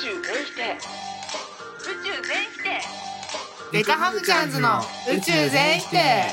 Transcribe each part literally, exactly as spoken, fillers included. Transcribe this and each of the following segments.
宙全否定宇宙全否定デカハムチャンズの宇宙全否定。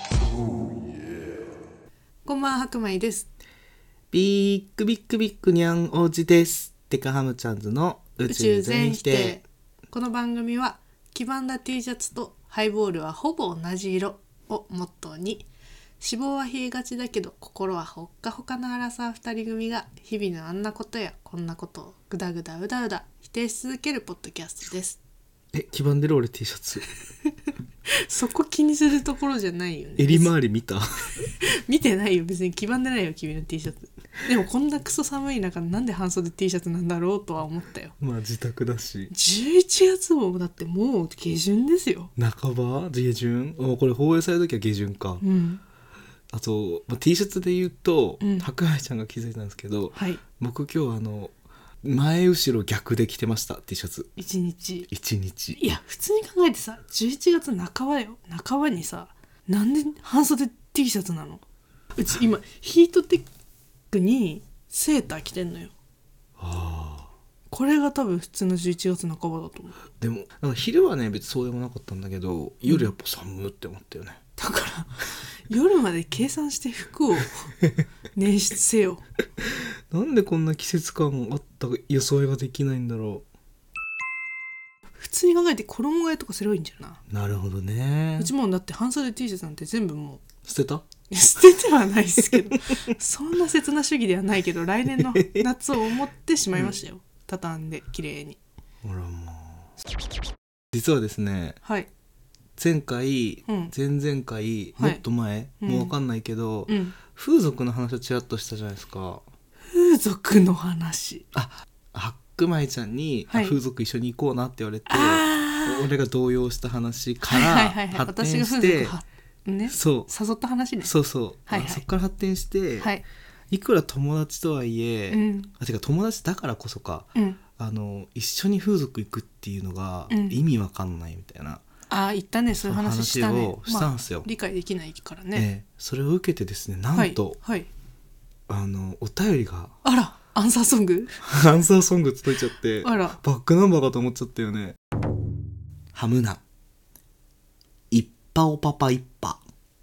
こんばんは、白米です。 ビッグビッグビッグニャン王子です。デカハムチャンズの宇宙全否定。 この番組は黄ばんだ T シャツとハイボールはほぼ同じ色をモットーに、脂肪は冷えがちだけど心はほっかほかなアラサー二人組が日々のあんなことやこんなことをぐだぐだうだうだ否定し続けるポッドキャストです。 え、黄ばんでる俺 T シャツそこ気にするところじゃないよね。 襟周り見た見てないよ、別に黄ばんでないよ君の T シャツ。でもこんなクソ寒い中なんで半袖 T シャツなんだろうとは思ったよ。 まあ自宅だしじゅういちがつもだってもう下旬ですよ。 半ば下旬、おこれ放映される時は下旬か。 うん。 あと、まあ、T シャツで言うと、 うん、 白米ちゃんが気づいたんですけど、 はい、 僕今日あの前後ろ逆で着てました T シャツ。 一日一日。いや普通に考えてさ、じゅういちがつなかばよ。半ばにさ、なんで半袖 T シャツなの？うち今ヒートテックにセーター着てんのよ。 ああ。 これが多分普通のじゅういちがつなかばだと思う。 でもなんか昼はね別にそうでもなかったんだけど、夜やっぱ寒って思ったよね。 だから夜まで計算して服を捻出せよ。 なんでこんな季節感あった装いができないんだろう。普通に考えて衣替えとかすればいいんじゃな。 なるほどね。 うちもだって半袖 T シャツなんて全部もう捨てた？ 捨ててはないですけどそんな切な主義ではないけど、来年の夏を思ってしまいましたよ、うん、畳んで綺麗に。 ほらもう実はですね、 はい、 前回、うん、前々回、もっと前、はい、もう分かんないけど、うん、風俗の話をちらっとしたじゃないですか。 風俗の話、 あ、白米ちゃんに、はい、風俗一緒に行こうなって言われて、俺が動揺した話から発展して、 ね、 そう誘った話ね。 そうそう、 はいはい、 そっから発展して、はい、いくら友達とはいえ、うん、あてか友達だからこそか、うん、あの一緒に風俗行くっていうのが意味わかんないみたいな、うん、 あ言ったね、そういう話したね。 話をしたんですよ、 まあ、理解できないからね、 ええ、それを受けてですね、なんと、はいはい、あのお便りが、 あらアンサーソングアンサーソング届いちゃって、 あらバックナンバーかと思っちゃったよね。ハムナいっぱおパパいっぱ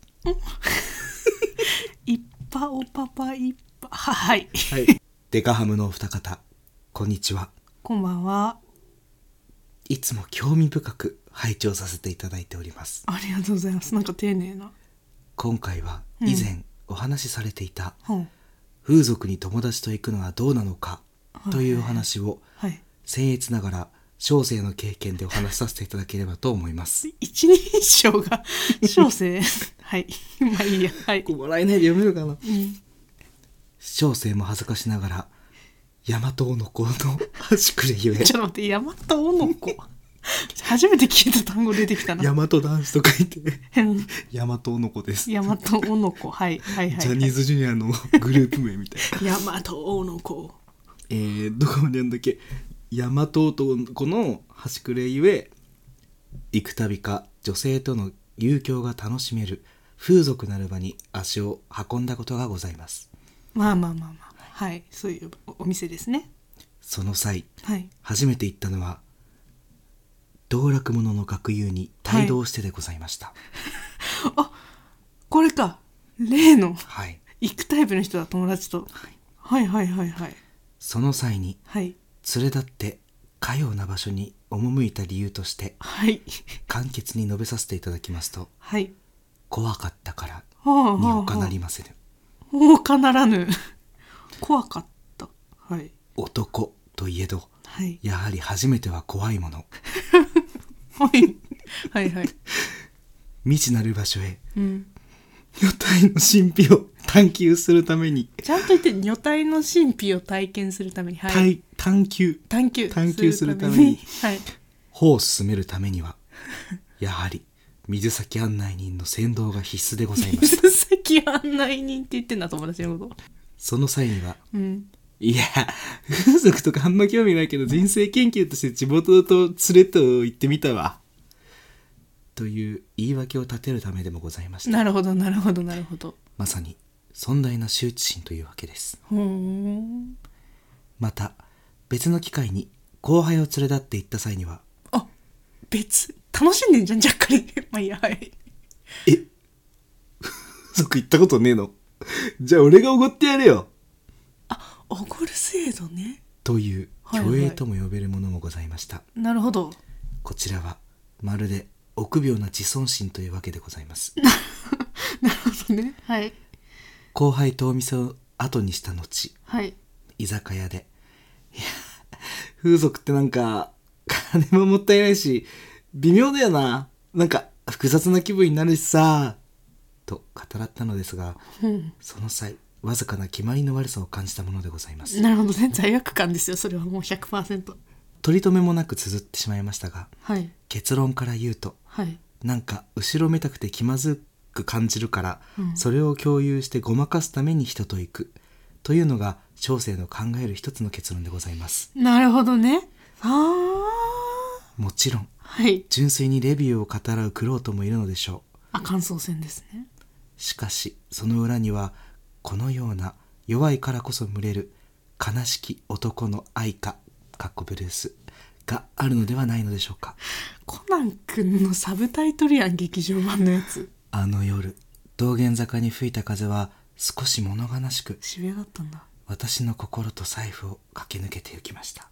いっぱおパパいっぱは、はい、 はい、デカハムのお二方、こんにちは。 こんばんは。 いつも興味深く拝聴させていただいております。 ありがとうございます。なんか丁寧な。 今回は以前お話しされていた、うん、風俗に友達と行くのはどうなのかというお話を、はいはい、僭越ながら小生の経験でお話しさせていただければと思います。 一人称が小生はいまあいいや、はい、 笑えないで読めるかな、うん、小生も恥ずかしながら大和おのこの端くれゆえちょっと待って、大和おのこ初めて聞いた単語出てきたな。 大和男子と書いて大和おのこです。 大和おのこ、はいはいはい、はい、 ジャニーズジュニアのグループ名みたいな大和おのこ、 えー、どこまでやんだっけ。大和男の端くれゆえ幾度か女性との遊興が楽しめる風俗なる場に足を運んだことがございます。 まあまあまあまあ、はい、そういうお店ですね。 その際、 はい、 初めて行ったのは道楽者の学友に帯同してでございました、はい、 あ、これか、例の、 はい、 行くタイプの人だ、友達と、はい、はいはいはいはい。 その際に、 はい、 連れ立ってかような場所に赴いた理由として、 はい、 簡潔に述べさせていただきますと、 はい、 怖かったからに他なりませぬ。 他ならぬ怖かった、はい、 男といえど、 はい、 やはり初めては怖いものはいはいはい、 未知なる場所へ、 うん、 女体の神秘を探求するために、 ちゃんと言って、女体の神秘を体験するために、はい、 探求探求探求するために、 はい、 歩を進めるためにはやはり水先案内人の先導が必須でございました。 水先案内人って言ってんだ、友達のこと。 その際には、 うん、 いや風俗とかあんま興味ないけど人生研究として地元と連れと行ってみたわという言い訳を立てるためでもございました。 なるほどなるほどなるほど。 まさに尊大な羞恥心というわけです。 ほーん。 また別の機会に後輩を連れ立って行った際には、 あ、別楽しんでんじゃん、じゃっかり。まあいいや、はい。 えそこ行ったことねえの？じゃあ俺がおごってやるよ。 あ、おごる制度ね。 というはいはい虚栄とも呼べるものもございました。 なるほど。 こちらはまるで臆病な自尊心というわけでございます。 なるほどね。はい。 後輩とお店を後にした後、 はい。 居酒屋で、いや、風俗ってなんか金ももったいないし微妙だよな、なんか複雑な気分になるしさと語らったのですが、 うん、 その際わずかな決まりの悪さを感じたものでございます。 なるほどね。罪悪感ですよ、それはもう ひゃくパーセント。 取り留めもなく綴ってしまいましたが、 はい。 結論から言うと、 はい。 なんか後ろめたくて気まずく感じるから、 うん、 それを共有してごまかすために人と行くというのが小生の考える一つの結論でございます。 なるほどね。あーもちろん、 はい、 純粋にレビューを語らう玄人もいるのでしょう。 あ、感想戦ですね。 しかしその裏にはこのような弱いからこそ群れる悲しき男の愛歌かっこブルースがあるのではないのでしょうか。 コナン君のサブタイトルやん、劇場版のやつ。 あの夜道玄坂に吹いた風は少し物悲しく、 渋谷だったんだ。 私の心と財布を駆け抜けて行きました。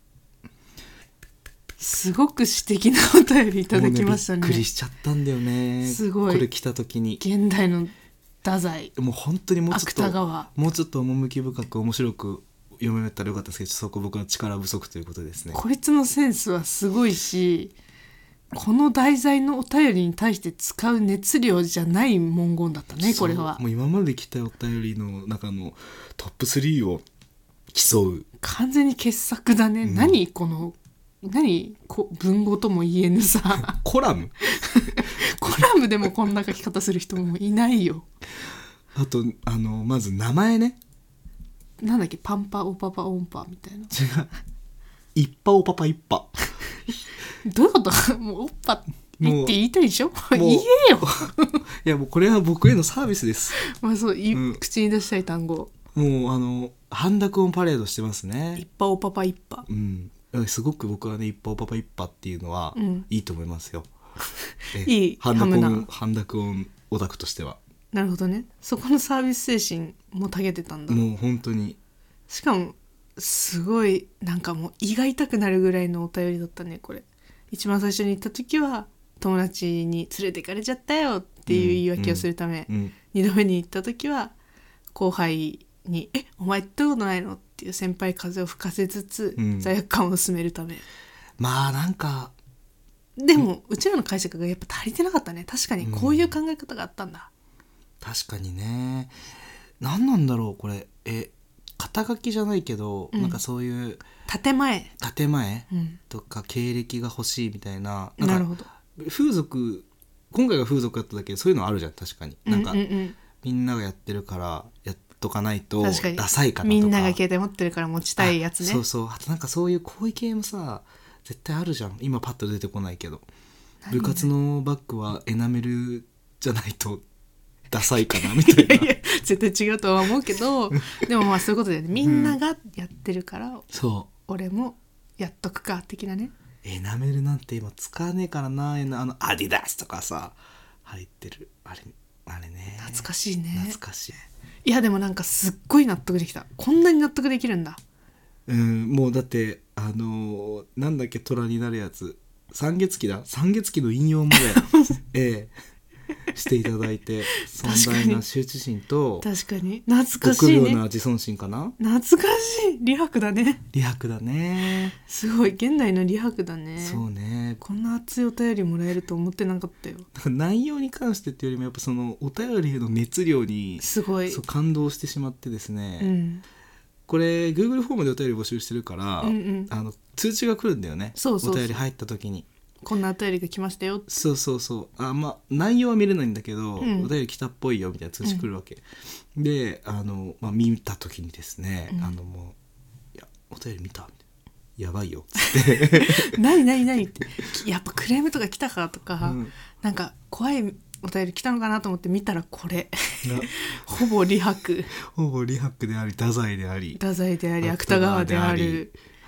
すごく詩的なお便りいただきましたね。 びっくりしちゃったんだよね。 すごい。 これ来た時に現代の太宰、 もう本当にもうちょっと芥川、 もうちょっと趣深く面白く読めたらよかったですけど、そこ僕の力不足ということですね。 こいつのセンスはすごいし、この題材のお便りに対して使う熱量じゃない文言だったね、これは。 もう今まで来たお便りの中のトップスリーを競う完全に傑作だね、うん、何この何こ文語とも言えぬさコラムコラムでもこんな書き方する人もいないよ。 あとあのまず名前ね、 なんだっけ、パンパオパパオンパみたいな。 違う、いっぱおパパいっぱどういうこと？もうおっぱいって言いたいでしょ。言えよいやもうこれは僕へのサービスです。 まあそう、うん、口に出したい単語。 もうあの半濁音パレードしてますね。 いっぱおパパいっぱ、 うん、すごく僕はね、いっぱおパパいっぱっていうのは、うん、いいと思いますよ。 いい半濁音半濁音オタクとしては。 なるほどね。そこのサービス精神もたげてたんだ。 もう本当に。 しかもすごいなんかもう胃が痛くなるぐらいのお便りだったね、これ。一番最初に行った時は友達に連れてかれちゃったよっていう言い訳をするため、 うんうん、 にどめに行った時は後輩にえお前行ったことないのっていう先輩風を吹かせつつ、うん、罪悪感を薄めるため。 まあなんかでも、うん、うちらの解釈がやっぱ足りてなかったね。確かにこういう考え方があったんだ、 うん、確かにね。何なんだろうこれ。え肩書きじゃないけど、うん、なんかそういう建前建前、 うん、 とか経歴が欲しいみたいな。 なるほど。 風俗今回が風俗だっただけでそういうのあるじゃん。確かになんか、 うんうんうん、 みんながやってるからやっとかないとダサいかなとか、 みんなが携帯持ってるから持ちたいやつね。 そうそう。あとなんかそういう行為系もさ絶対あるじゃん。今パッと出てこないけど、部活のバッグはエナメルじゃないとダサいかなみたいな。いやいや絶対違うとは思うけどでもまあそういうことで、ね、みんながやってるから、うん、 そう俺もやっとくか的なね。 エナメルなんて今使わねえからな。あのアディダスとかさ入ってるあれあれね。 懐かしいね。 懐かしい。 いやでもなんかすっごい納得できた。こんなに納得できるんだ。 うんもうだってあのー、なんだっけ虎になるやつ三月期だ三月期の引用までええしていただいて壮大な羞恥心と確かに懐かしいね。 臆病な自尊心かな。 懐かしい。李白だね。 李白だね。 すごい現代の李白だね。 そうね。 こんな熱いお便りもらえると思ってなかったよ。 内容に関してっていうよりもやっぱそのお便りへの熱量にすごいそう感動してしまってですね、 うん、これ Google フォームでお便り募集してるから、 うんうん、 あの通知が来るんだよね。 そうそうそう、 お便り入った時にこんなお便りが来ましたよ。 そうそうそう。あまあ内容は見れないんだけど、うん、お便り来たっぽいよみたいな通知来るわけ、うん、であの、まあ、見た時にですね、うん、あのもういやお便り見たみたいなやばいよっつって何何何ってやっぱクレームとか来たかとか、 うん、 なんか怖いお便り来たのかなと思って見たらこれほぼ李白ほぼ李白であり太宰であり太宰であり芥川である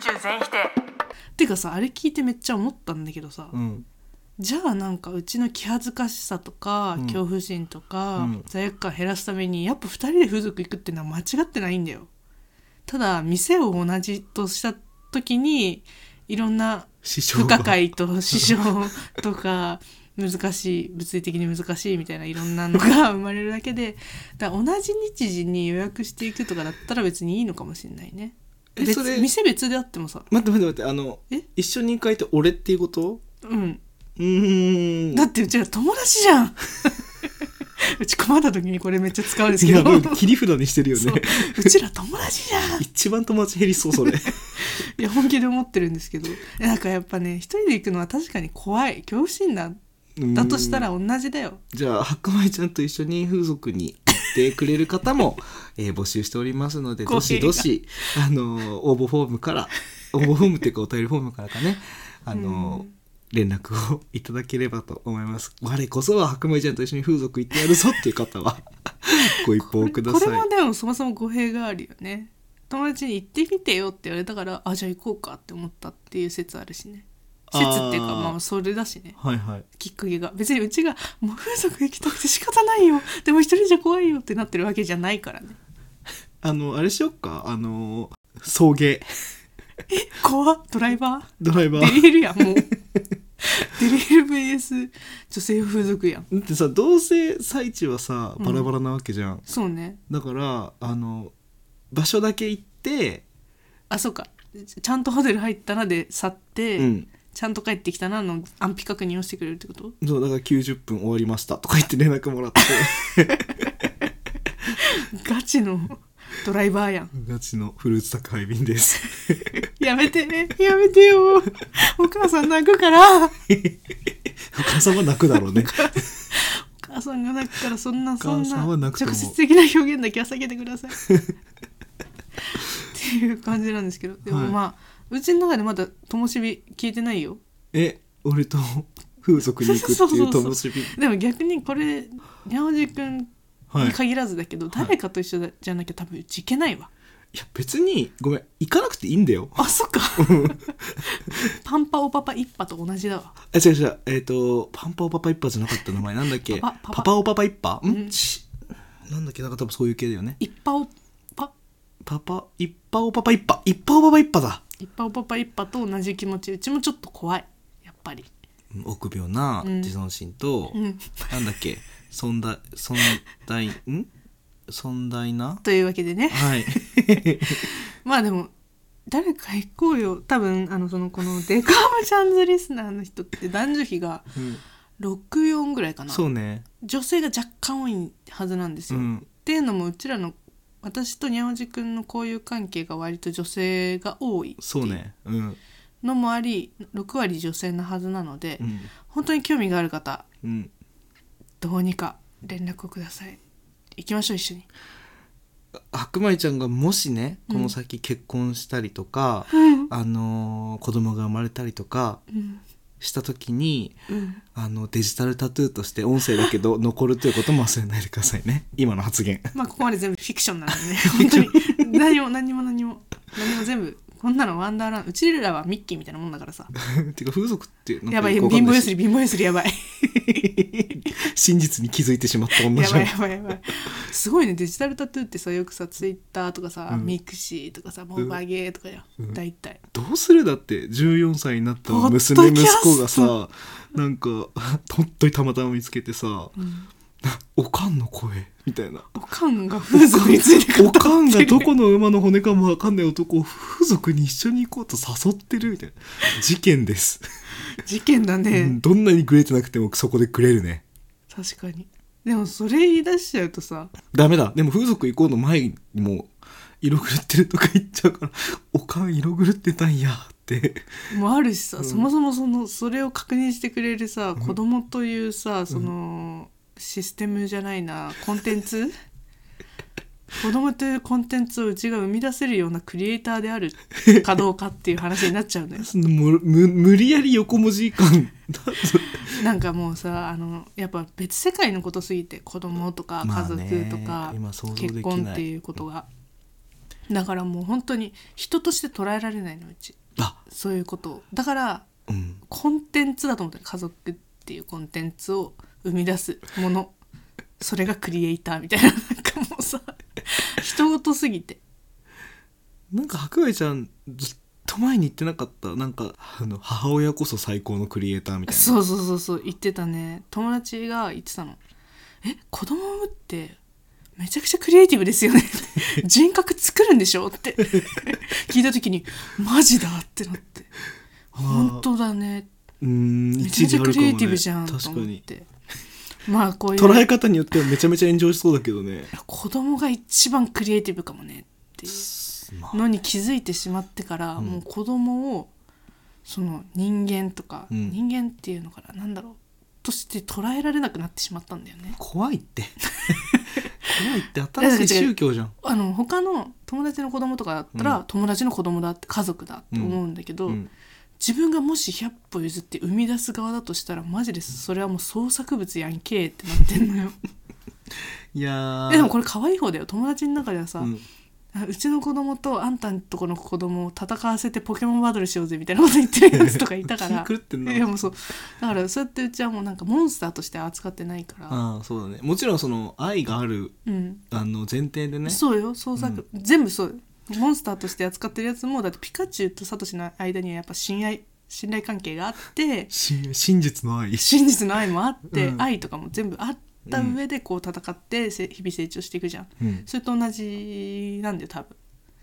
全否定。 てかさ、あれ聞いてめっちゃ思ったんだけどさ、 うんじゃあなんかうちの気恥ずかしさとか、 うん恐怖心とか、 うん、 罪悪感減らすためにやっぱふたりで風俗行くってのは間違ってないんだよ。ただ店を同じとした時にいろんな不可解と支障とか難しい、物理的に難しいみたいないろんなのが生まれるだけで、だから同じ日時に予約していくとかだったら別にいいのかもしれないね。別えそれ店別であってもさ、 待って待って待って、あのえ一緒に行かれて俺っていうこと？ うんうーんだってうちら友達じゃんうち困った時にこれめっちゃ使うんですいけど、 やもう切り札にしてるよそうねうちら友達じゃん一番友達減りそうそれいや本気で思ってるんですけど、なんかやっぱね一人で行くのは確かに怖い、恐怖心だだとしたら同じだよ。 じゃあ白米ちゃんと一緒に風俗に行ってくれる方も、えー募集しておりますのでどしどしあの応募フォームから応募フォームっていうかお便りフォームからかねあの、 うん連絡をいただければと思います。我こそは白米ちゃんと一緒に風俗行ってやるぞっていう方はご一報ください。 これ、これもでもそもそも語弊があるよね。友達に行ってみてよって言われたから、あじゃあ行こうかって思ったっていう説あるしね。説っていうかまあそれだしね、 はいはい、 きっかけが別にうちがもう風俗行きたくて仕方ないよでも一人じゃ怖いよってなってるわけじゃないからね。 あのあれしよっか、あの送迎え怖っ、ドライバードライバーデリヘルやんもうデリヘル ブイエス 女性風俗やん。 だってさどうせ最地はさバラバラなわけじゃん、うん、 そうね。 だからあの場所だけ行って、 あそうか、ちゃんとホテル入ったなで去って、うん、ちゃんと帰ってきたなの安否確認をしてくれるってこと？ そうだからきゅうじゅっぷん終わりましたとか言って連絡もらってガチのドライバーやん。 ガチのフルーツ宅配便ですやめてね、やめてよお母さん泣くからお母さんは泣くだろうねお母さんが泣くからそんなそんな直接直的な表現だけは避けてくださいっていう感じなんですけど、でもまあ、はい、うちの中でまだ灯火聞いてないよ。 え俺と風俗に行くっていう灯火でも逆にこれにゃおじくんに限らずだけど、はい、誰かと一緒じゃなきゃ多分うち行けないわ。 いや別にごめん行かなくていいんだよ。 あそっかパンパオパパ一派と同じだわ。 あ違う違う、えっ、ー、とパンパオパパ一派じゃなかった名前なんだっけパパ、パパオパパ一派、うん、ちなんだっけ、なんか多分そういう系だよね。 一派オパパパ一派オパパ一派一派オパパ一派だ。 一派オパパ一派と同じ気持ち。うちもちょっと怖いやっぱり。 臆病な自尊心と、うん、なんだっけ尊大尊大ん尊大なというわけでね、 はいまあでも誰か行こうよ。多分あのそのこのデカムチャンズリスナーの人って男女比がろくじゅうよんぐらいかな、 うん、そうね。 女性が若干多いはずなんですよ、うん、っていうのもうちらの私とにゃおじくんの交友関係が割と女性が多いっていうのもあり、ろくわり女性のはずなので、うん、本当に興味がある方、うん、どうにか連絡をください。行きましょう一緒に。 白米ちゃんがもしねこの先結婚したりとか、うん、あのー、子供が生まれたりとかした時に、うん、あのデジタルタトゥーとして音声だけど残るということも忘れないでくださいね今の発言。 まあここまで全部フィクションなんでね本当に何も何も何も何も全部こんなのワンダーランド、うちらはミッキーみたいなもんだからさてか風俗ってなんかやばい、貧乏ゆすり貧乏ゆすりやばい真実に気づいてしまった女じゃん。 やばいやばいやばいすごいね。デジタルタトゥーってさよくさツイッターとかさ、うん、ミクシーとかさモバゲーとかや、うん、大体どうする。だってじゅうよんさいになった娘息子がさなんか本当にたまたま見つけてさ、うんおかんの声みたいな。 おかんが風俗について語ってる。 おかんがどこの馬の骨かも分かんない男を風俗に一緒に行こうと誘ってるみたいな。事件です事件だね、 うん、どんなにグレてなくてもそこでグレるね。 確かに。でもそれ言い出しちゃうとさダメだ。でも風俗行こうの前にも色狂ってるとか言っちゃうからおかん色狂ってたんやってもあるしさ、うん、そもそもそのそれを確認してくれるさ、うん、子供というさその、うんシステムじゃないなコンテンツ子供というコンテンツをうちが生み出せるようなクリエイターであるかどうかっていう話になっちゃうのよむ無理やり横文字感なんかもうさあのやっぱ別世界のことすぎて子供とか家族とか、まあ、結婚っていうことがだからもう本当に人として捉えられないのうちあ、 そういうことをだからうん、 コンテンツだと思って、家族っていうコンテンツを生み出すもの、それがクリエイターみたいな、なんかもうさ人事すぎて。 なんか白米ちゃんずっと前に言ってなかった？なんかあの母親こそ最高のクリエイターみたいな。 そうそうそうそう言ってたね。友達が言ってたの。え、子供を産むってめちゃくちゃクリエイティブですよね人格作るんでしょって聞いた時にマジだってなって、本当だね、 うーん、 めちゃめちゃクリエイティブじゃんと確かに思って。まあこういう捉え方によってはめちゃめちゃ炎上しそうだけどね。 子供が一番クリエイティブかもねっていうのに気づいてしまってから、 うん、 もう子供をその人間とか、 うん、 人間っていうのかな、なんだろうとして捉えられなくなってしまったんだよね。 怖いって怖いって新しい宗教じゃん。 あの他の友達の子供とかだったら、うん、友達の子供だって家族だって思うんだけど、うんうん、自分がもしひゃっぽ譲って生み出す側だとしたらマジですそれはもう創作物やんけってなってんのよいやでもこれ可愛い方だよ。友達の中ではさ、 うんうちの子供とあんたんとこの子供を戦わせてポケモンバトルしようぜみたいなこと言ってるやつとかいたから気狂ってんないやもうそうだからそうやってうちはもうなんかモンスターとして扱ってないから。 ああそうだね、もちろんその愛がある、うん、あの前提でね。 そうよ創作、うん、全部そうよ。モンスターとして扱ってるやつもだってピカチュウとサトシの間にはやっぱ信愛信頼関係があって真実の愛真実の愛もあって、 うん、愛とかも全部あった上でこう戦って日々成長していくじゃん、うん、それと同じなんだよ多分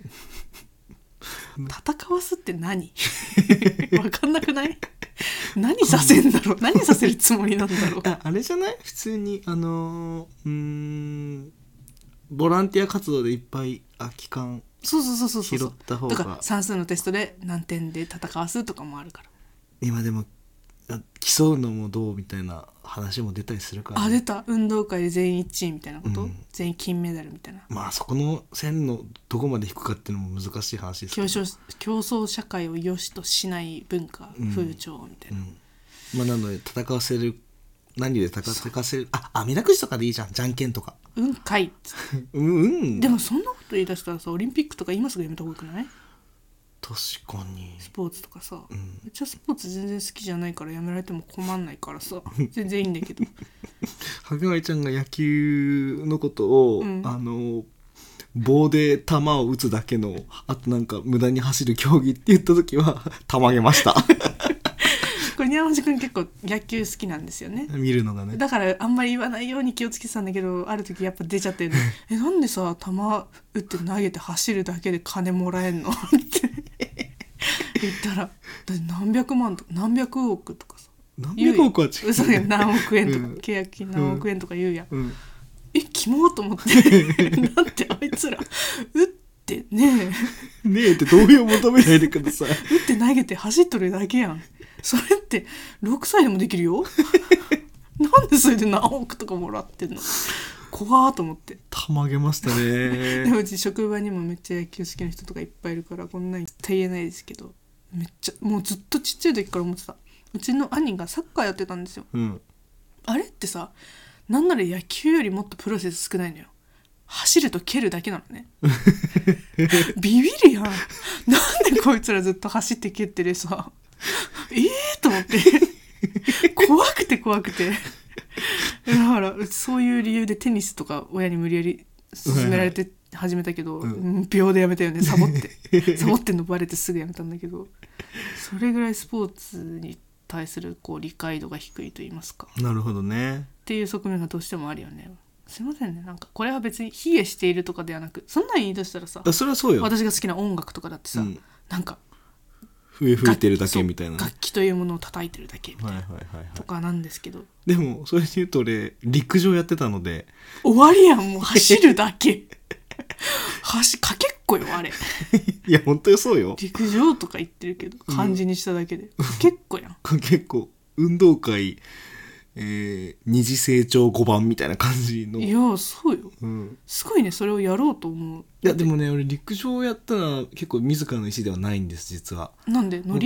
戦わすって何分かんなくない？何させんだろう何させるつもりなんだろうあ, あれじゃない普通にあのー、うーんボランティア活動でいっぱい空き缶そうそうそうそうそう拾った方がとか算数のテストで何点で戦わすとかもあるから。 今でも競うのもどうみたいな話も出たりするから、ね、 あ出た運動会で全員一位みたいなこと、うん、全員金メダルみたいな。 まあそこの線のどこまで引くかっていうのも難しい話ですけど、 競争、競争社会を良しとしない文化、うん、風潮みたいな、うん、 まあなので戦わせる何で戦わせるあ、あみだくじとかでいいじゃん、じゃんけんとかうんかいうん、うん、でもそんなこと言い出したらさオリンピックとか今すぐやめた方がよくない？ 確かにスポーツとかさ、 うん、 めっちゃスポーツ全然好きじゃないからやめられても困んないからさ全然いいんだけど白米ちゃんが野球のことを、うん、あの棒で球を打つだけのあとなんか無駄に走る競技って言った時はたまげましたこれ山地君結構野球好きなんですよね。 見るのがね。 だからあんまり言わないように気をつけてたんだけどある時やっぱ出ちゃってえなんでさ球打って投げて走るだけで金もらえんのって言ったらだって何百万とか何百億とかさ何百億は違う、 嘘だよ何億円とか、うん、契約金何億円とか言うやん、うん、えキモーと思ってだってあいつら打ってねえねえって同意を求めないでください打って投げて走っとるだけやんそれってろくさいでもできるよなんでそれで何億とかもらってんの怖ーと思ってたまげましたねでもうち職場にもめっちゃ野球好きな人とかいっぱいいるからこんなに絶対言えないですけどめっちゃもうずっとちっちゃい時から思ってた。うちの兄がサッカーやってたんですよ、うん、あれってさなんなら野球よりもっとプロセス少ないのよ。走ると蹴るだけなのねビビるやんなんでこいつらずっと走って蹴ってるさえーと思って怖くて怖くてだからそういう理由でテニスとか親に無理やり勧められて始めたけど、うん、秒でやめたよねサボってサボってんのバレてすぐやめたんだけどそれぐらいスポーツに対するこう理解度が低いと言いますか。 なるほどねっていう側面がどうしてもあるよね。すいませんねなんかこれは別に卑下しているとかではなくそんなん言い出したらさそれはそうよ私が好きな音楽とかだってさ、うん、なんか笛吹いてるだけみたいな楽器というものを叩いてるだけみたいな、はいはいはいはい、とかなんですけどでもそれで言うと俺陸上やってたので終わりやんもう走るだけ走かけっこよあれいや本当にそうよ陸上とか言ってるけど漢字にしただけで、うん、かけっこやんかけっこ運動会えー、二次成長ごばんみたいな感じの。 いやそうよ、うん、すごいねそれをやろうと思う。 いやでもね俺陸上やったら結構自らの意思ではないんです実は。 なんでノリ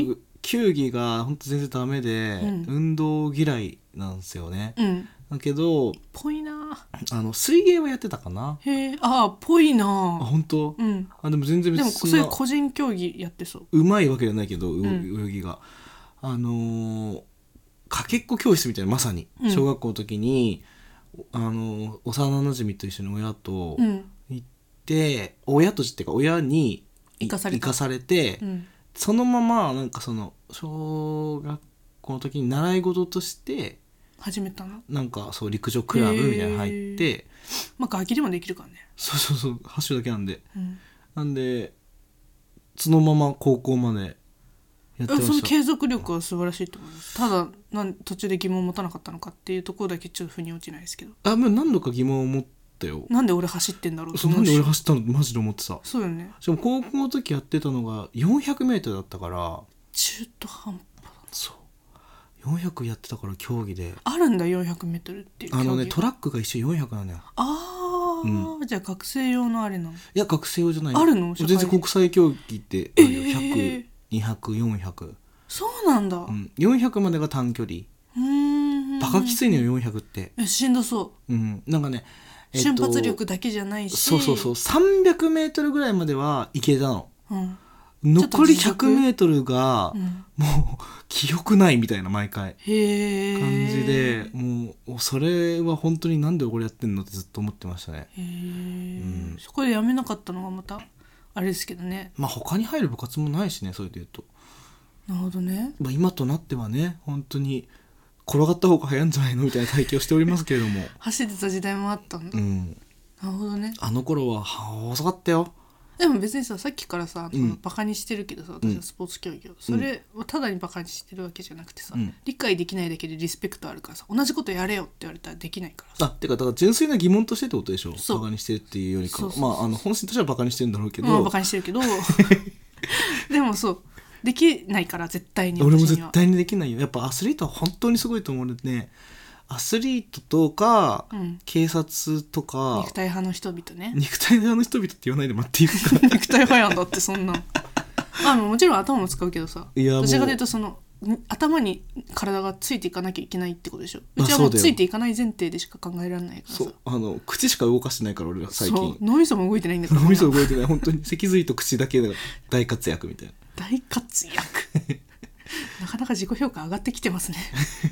球技が本当全然ダメで、 うん、 運動嫌いなんですよね、 うん、 だけどぽいな。 あの水泳はやってたかな。 へえ、ああぽいな。 あ本当、 うん、 あでも全然別でもにそんなそういう個人競技やってそう。 うまいわけじゃないけど、ううん泳ぎがあのーかけっこ教室みたいな、まさにうん小学校の時に、あのー幼なじみと一緒に親とうん行って、親とっていうか親に生かされた生かされて、 うんそのままなんかその小学校の時に習い事として始めたの。 なんかそう陸上クラブみたいなの入って、 まあガキでもできるからね。 そうそうそう走るだけなんで、 うんなんでそのまま高校までやってました。 その継続力は素晴らしいと思います。ただなん途中で疑問を持たなかったのかっていうところだけちょっと腑に落ちないですけど、 あもう何度か疑問を持ったよ。 なんで俺走ってんだろうとそう思うんし。 なで俺走ったのマジで思ってた。 そうよね。 しかも高校の時やってたのがよんひゃくメートルだったから、 中途半端だ。 そうよんひゃくやってたから競技で、 あるんだ よんひゃくメートル っていう競技が。 あのねトラックが一緒よんひゃくなんだよ。 あー、 うじゃあ学生用のあれなの。 いや学生用じゃない。 あるの全然国際競技ってあるよ、 えーひゃく、にひゃく、よんひゃく、 そうなんだ。ううん、よんひゃくまでが短距離。 ーんバカきついのよよんひゃくって。 えしんどそうんなんかね、 う、瞬発力だけじゃないし。 そうそうそうさんびゃくメートルぐらいまでは行けたの。 うん残りひゃちょっと持続くメートルがうんもう記憶ないみたいな毎回へえ感じで、もうそれは本当になんで俺やってんのってずっと思ってましたね。 へえ、 んそこでやめなかったのがまたあれですけどね。 まあ他に入る部活もないしね、それで言うと、 なるほどね。 まあ、今となってはね本当に転がった方が早いんじゃないのみたいな体験をしておりますけれども走ってた時代もあったんだ、 うんなるほどね。 あの頃はは遅かったよ。 でも別にささっきからさそうんのバカにしてるけどさ、私はスポーツ競技を、それをただにバカにしてるわけじゃなくてさ、 うん理解できないだけでリスペクトあるからさ、同じことやれよって言われたらできないからさ。 あてかだから純粋な疑問としてってことでしょ。 そうバカにしてるっていうよりかそうそうそうまああの本心としてはバカにしてるんだろうけど、 まあバカにしてるけどでもそうできないから絶対に俺も私には。 絶対にできないよ。やっぱアスリートは本当にすごいと思うね。アスリートとか、 うん警察とか肉体派の人々ね。 肉体派の人々って言わないで待っていいですか肉体派やんだってそんなあもちろん頭も使うけどさ、 いやもうどちらかというとそのん頭に体がついていかなきゃいけないってことでしょ。 あうちはもうそうだよついていかない前提でしか考えられないからさ。 そうあの口しか動かしてないから俺ら最そう近脳みそも動いてないんだから脳みそ動いてない本当に脊髄と口だけが大活躍みたいな。 大活躍なかなか自己評価上がってきてますね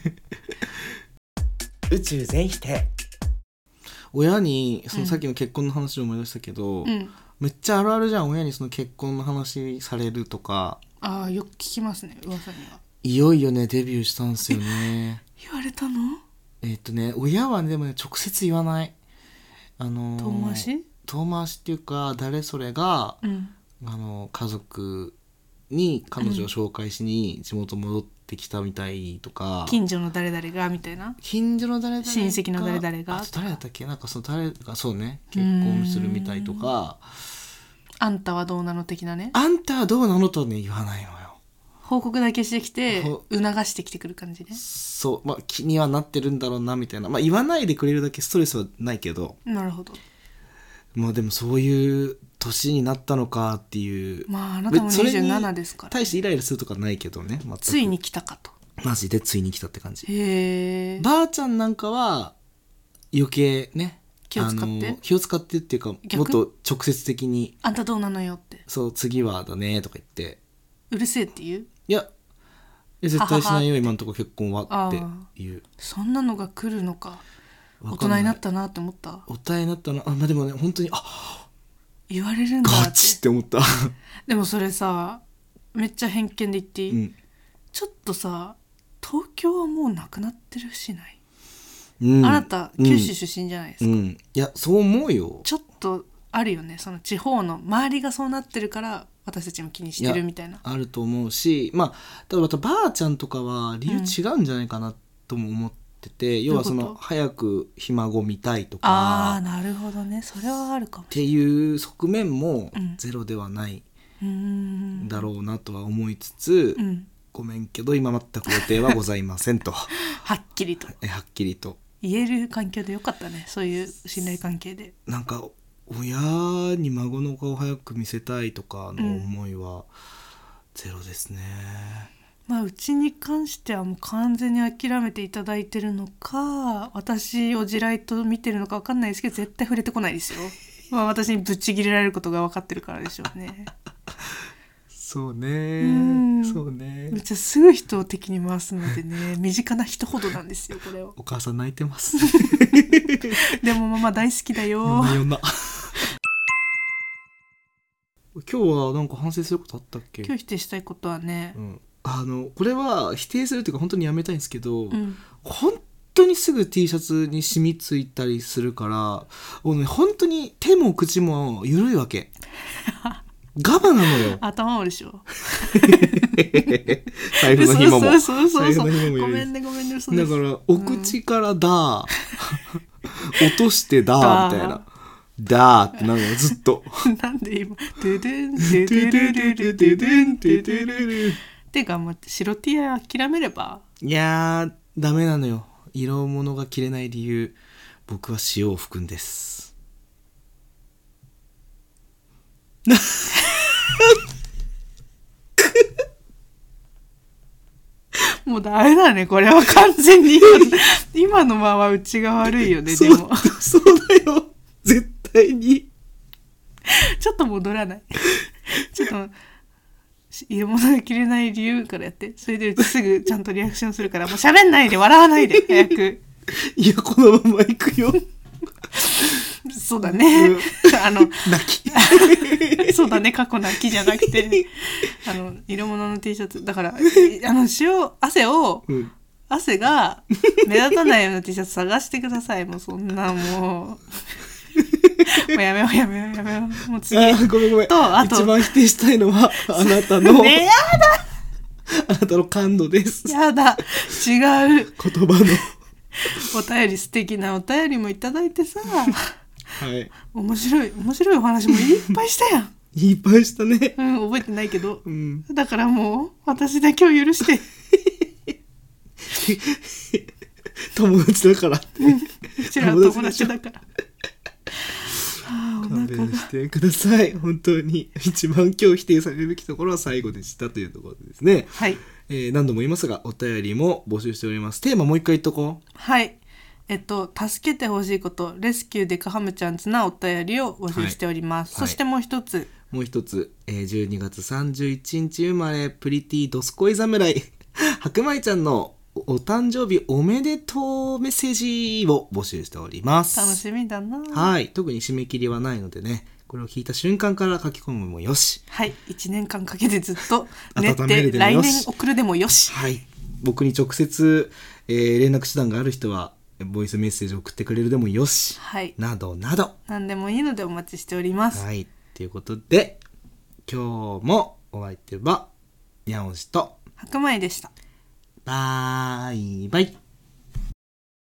宇宙全否定。親にそのさっきの結婚の話を思い出したけど、 うんめっちゃあるあるじゃん。親にその結婚の話されるとか。 ああよく聞きますね噂には。 いよいよねデビューしたんですよね言われたの？ えっとね親はねでもね直接言わない。あのー、 遠回し？ 遠回しっていうか誰それが、 うんあの家族に彼女を紹介しに地元戻ってきたみたいとか、 近所の誰々がみたいな。 近所の誰々が親戚の誰々があと誰だったっけなんかその誰がそうね結婚するみたいとか、 あんたはどうなの的なね。 あんたはどうなのとはね言わないのよ。 報告だけしてきてほ促してきてくる感じね。 そうまあ気にはなってるんだろうなみたいな、まあ言わないでくれるだけストレスはないけど、 なるほど。 まあでもそういう年になったのかっていう。 まああなたもにじゅうななですから。 大してイライラするとかないけどね全く。 ついに来たかと。 マジでついに来たって感じ。 へえ。 ばあちゃんなんかは余計ね気を使ってあの気を使ってっていうか逆もっと直接的にあんたどうなのよってそう次はだねとか言ってうるせえって言う。 いやいや絶対しないよははは今のところ結婚はっていう。 そんなのが来るのか。大わかんない人になったなって思った。 大人になったなあまあでもね本当にあ言われるんだってガチって思ったでもそれさめっちゃ偏見で言っていい、 うん、 ちょっとさ東京はもうなくなってるしない、 うん、 あなた九州出身じゃないですか、 うん、いやそう思うよ。 ちょっとあるよねその地方の周りがそうなってるから私たちも気にしてるみたいな。 あると思うしまあただまたばあちゃんとかは理由違うんじゃないかなとも思ってて、うん、要はその早くひ孫見たいとかあーなるほどねそれはあるかもっていう側面もゼロではないうんだろうなとは思いつつ、 うん、 ごめんけど今全く予定はございませんとはっきりとえはっきりと言える環境でよかったね。そういう信頼関係でなんか親に孫の顔早く見せたいとかの思いはゼロですね、 まあうちに関してはもう完全に諦めていただいてるのか、私を地雷と見てるのか分かんないですけど、絶対触れてこないですよ。まあ私にぶっちぎれられることが分かってるからでしょうね。 そううねんそうね。 めっちゃすぐ人を敵に回すのでね、身近な人ほどなんですよこれを。 お母さん泣いてますでもママ大好きだよ。 夜な夜な今日はなんか反省することあったっけ？ 今日否定したいことはね、 うん、あのこれは否定するっていうか本当にやめたいんですけど、 うん、 本当にすぐ T シャツに染みついたりするからもう、ね、本当に手も口も緩いわけガバなのよ。 頭折るでしょ財布の紐もそうそうそうそう財布の紐も緩いごめんねごめんね嘘です。 だからお口からだ、うん、落としてだみたいなだーってなるのずっとなんで今ドゥドゥンドゥドゥルルルルドゥドゥンドゥドゥルルって頑張って白 T は諦めれば。 いやーダメなのよ。色物が着れない理由、僕は潮を吹くんです。 もうダメだねこれは完全に今のままうちが悪いよね。でもそうだよ絶対にちょっと戻らないちょっと家物が着れない理由からやって、それでうちすぐちゃんとリアクションするからもう喋んないで笑わないで早くいやこのまま行くよそうだね、うん、あの泣きそうだね過去泣きじゃなくてあの色物の T シャツだからあの塩汗を、うん、汗が目立たないような T シャツ探してください。もうそんなもうもうやめようやめようやめようもう次あごめんごめんとあと一番否定したいのはあなたのねやだあなたの感度です。 やだ違う言葉のお便り素敵なお便りもいただいてさはい面白い面白いお話もいっぱいしたやんいっぱいしたね、 うん、覚えてないけど、 うん、 だからもう私だけを許して友達だからうんうちらは友達だから勘弁してください。本当に一番今日否定されるべきところは最後でしたというところでですね、 はい、 えー、何度も言いますがお便りも募集しております。テーマもう一回言っとこう。 はいえっと助けてほしいことレスキューデカハムチャンズなお便りを募集しております、はい、そしてもう一つ、 もう一つ、えー、じゅうにがつさんじゅういちにち生まれプリティドスコイ侍白米ちゃんのお誕生日おめでとうメッセージを募集しております。 楽しみだな。 はい、特に締め切りはないのでね、これを聞いた瞬間から書き込むもよし、 はいいちねんかんかけてずっと練って来年送るでもよし、 はい、僕に直接、えー、連絡手段がある人はボイスメッセージを送ってくれるでもよし、 はい、 などなど何でもいいのでお待ちしております。 はい、ということで今日もお相手はにゃおしと白米でした。 バイバイ。